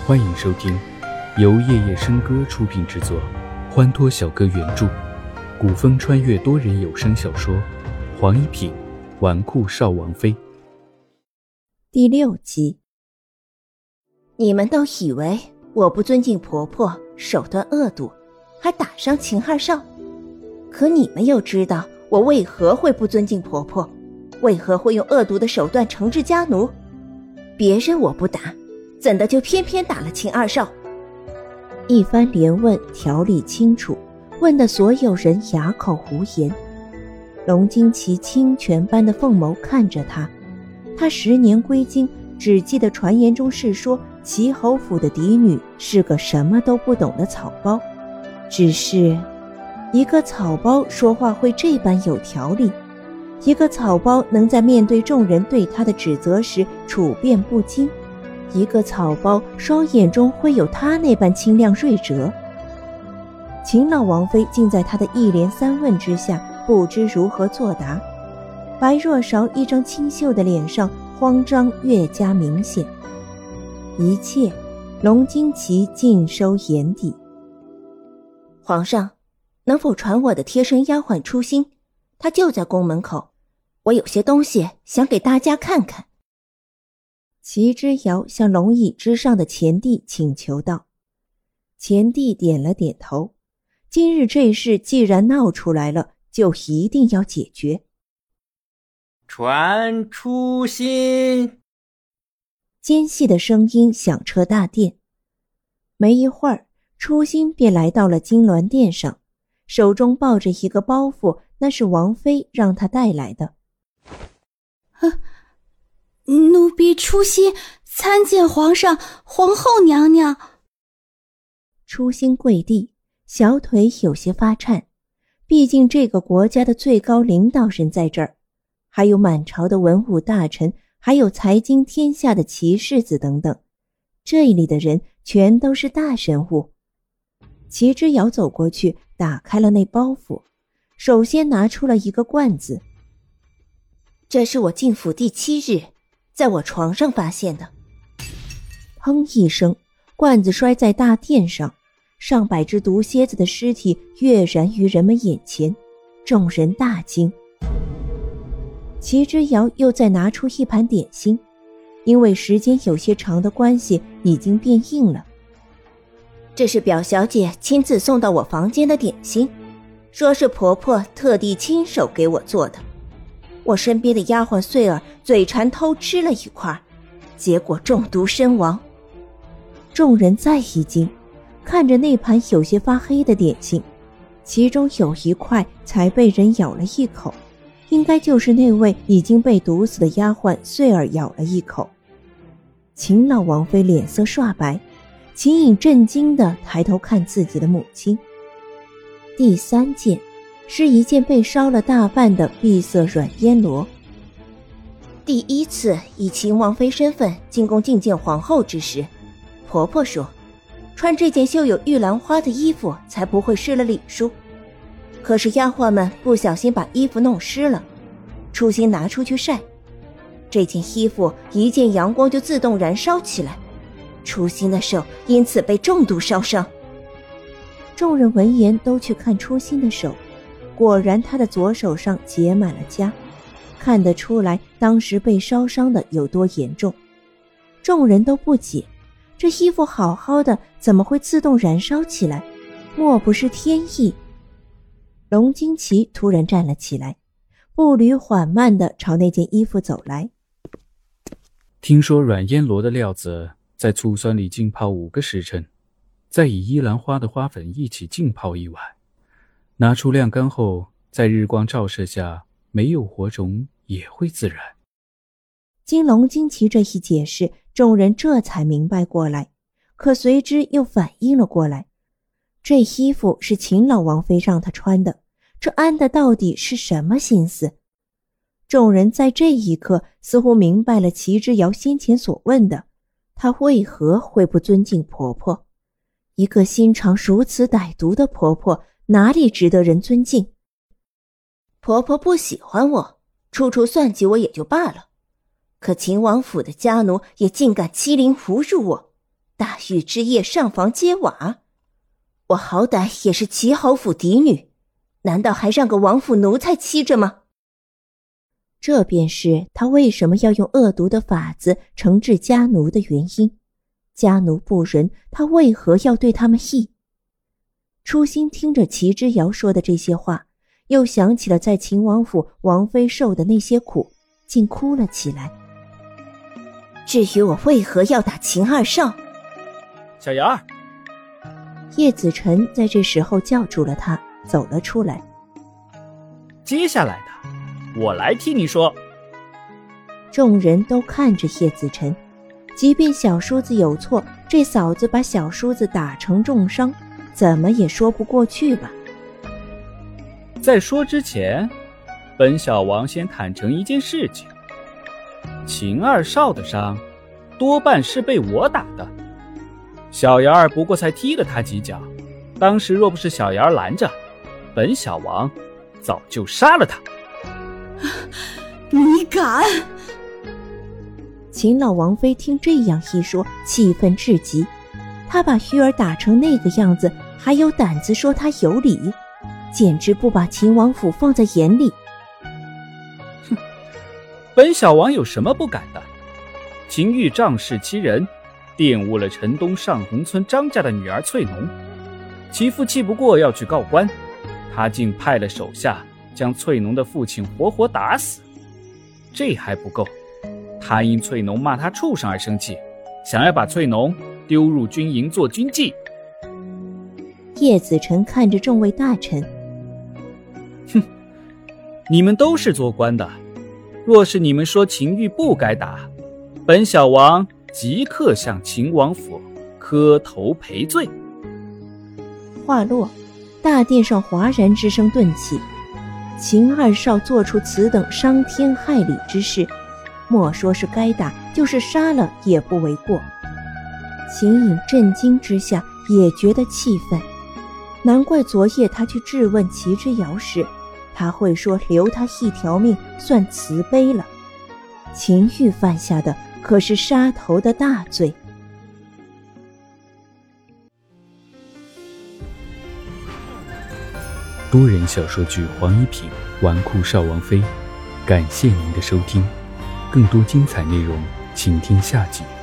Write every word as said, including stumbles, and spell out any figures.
欢迎收听由夜夜笙歌出品制作，欢脱小哥原著，古风穿越多人有声小说《黄一品纨绔少王妃》 第六集。你们都以为我不尊敬婆婆，手段恶毒，还打伤秦二少，可你们又知道我为何会不尊敬婆婆，为何会用恶毒的手段惩治家奴？别人我不打，怎的就偏偏打了秦二少？一番连问，条理清楚，问得所有人哑口无言。龙惊奇清泉般的凤眸看着他，他十年归京，只记得传言中是说齐侯府的嫡女是个什么都不懂的草包，只是一个草包说话会这般有条理，一个草包能在面对众人对他的指责时处变不惊，一个草包双眼中会有他那般清亮睿哲。秦老王妃竟在他的一连三问之下不知如何作答，白若韶一张清秀的脸上慌张越加明显。一切龙惊奇尽收眼底。皇上，能否传我的贴身丫鬟初心？她就在宫门口，我有些东西想给大家看看。齐之遥向龙椅之上的前帝请求道。前帝点了点头，今日这事既然闹出来了，就一定要解决。 传初心。 尖细的声音响彻大殿。没一会儿，初心便来到了金銮殿上，手中抱着一个包袱，那是王妃让他带来的。 啊，奴婢初心参见皇上、皇后娘娘。 初心跪地，小腿有些发颤，毕竟这个国家的最高领导人在这儿，还有满朝的文武大臣，还有财经天下的奇士子等等，这里的人全都是大人物。齐之遥走过去，打开了那包袱，首先拿出了一个罐子。这是我进府第七日在我床上发现的。砰一声，罐子摔在大殿上，上百只毒蝎子的尸体跃然于人们眼前，众人大惊。齐之遥又再拿出一盘点心，因为时间有些长的关系，已经变硬了。这是表小姐亲自送到我房间的点心，说是婆婆特地亲手给我做的。我身边的丫鬟穗儿嘴馋偷吃了一块，结果中毒身亡。众人再一惊，看着那盘有些发黑的点心，其中有一块才被人咬了一口，应该就是那位已经被毒死的丫鬟穗儿咬了一口。秦老王妃脸色刷白，秦颖震惊地抬头看自己的母亲。第三件是一件被烧了大半的碧色软烟罗。第一次以秦王妃身份进宫觐见皇后之时，婆婆说穿这件绣有玉兰花的衣服才不会失了礼数，可是丫鬟们不小心把衣服弄湿了，初心拿出去晒，这件衣服一见阳光就自动燃烧起来，初心的手因此被重度烧伤。众人闻言都去看初心的手，果然他的左手上结满了痂，看得出来当时被烧伤的有多严重。众人都不解，这衣服好好的怎么会自动燃烧起来？莫不是天意？龙惊奇突然站了起来，步履缓慢地朝那件衣服走来。 听说软烟罗的料子在醋酸里浸泡五个时辰，再以依兰花的花粉一起浸泡一晚，拿出晾干后，在日光照射下，没有火种也会自燃。 经龙惊奇这一解释，众人这才明白过来，可随之又反应了过来，这衣服是秦老王妃让他穿的，这安的到底是什么心思？众人在这一刻似乎明白了齐之遥先前所问的，她为何会不尊敬婆婆？一个心肠如此歹毒的婆婆，哪里值得人尊敬？婆婆不喜欢我，处处算计我也就罢了，可秦王府的家奴也竟敢欺凌侮辱我， 大雨之夜上房揭瓦？我好歹也是齐侯府嫡女，难道还让个王府奴才欺着吗？这便是他为什么要用恶毒的法子惩治家奴的原因。家奴不仁，他为何要对他们义？初心听着齐之遥说的这些话，又想起了在秦王府王妃受的那些苦，竟哭了起来。至于我为何要打秦二少， 小姚儿， 叶子辰在这时候叫住了他，走了出来。 接下来的我来替你说。 众人都看着叶子辰，即便小叔子有错，这嫂子把小叔子打成重伤，怎么也说不过去吧。 在说之前，本小王先坦诚一件事情，秦二少的伤多半是被我打的，小姚儿不过才踢了他几脚，当时若不是小姚儿拦着，本小王早就杀了他。 你敢！ 秦老王妃听这样一说，气愤至极，他把玉儿打成那个样子，还有胆子说他有理，简直不把秦王府放在眼里。 哼，本小王有什么不敢的？秦玉仗势欺人，玷污了城东上红村张家的女儿翠农，其父气不过要去告官，他竟派了手下将翠农的父亲活活打死。这还不够，他因翠农骂他畜生而生气，想要把翠农丢入军营做军妓。 叶子辰看着众位大臣， 哼，你们都是做官的，若是你们说秦玉不该打，本小王即刻向秦王府磕头赔罪。 话落，大殿上哗然之声顿起。秦二少做出此等伤天害理之事，莫说是该打，就是杀了也不为过。秦颖震惊之下也觉得气愤，难怪昨夜他去质问齐之遥时，他会说留他一条命算慈悲了。秦玉犯下的可是杀头的大罪。 多人小说剧《黄一品纨绔少王妃》，感谢您的收听，更多精彩内容请听下集。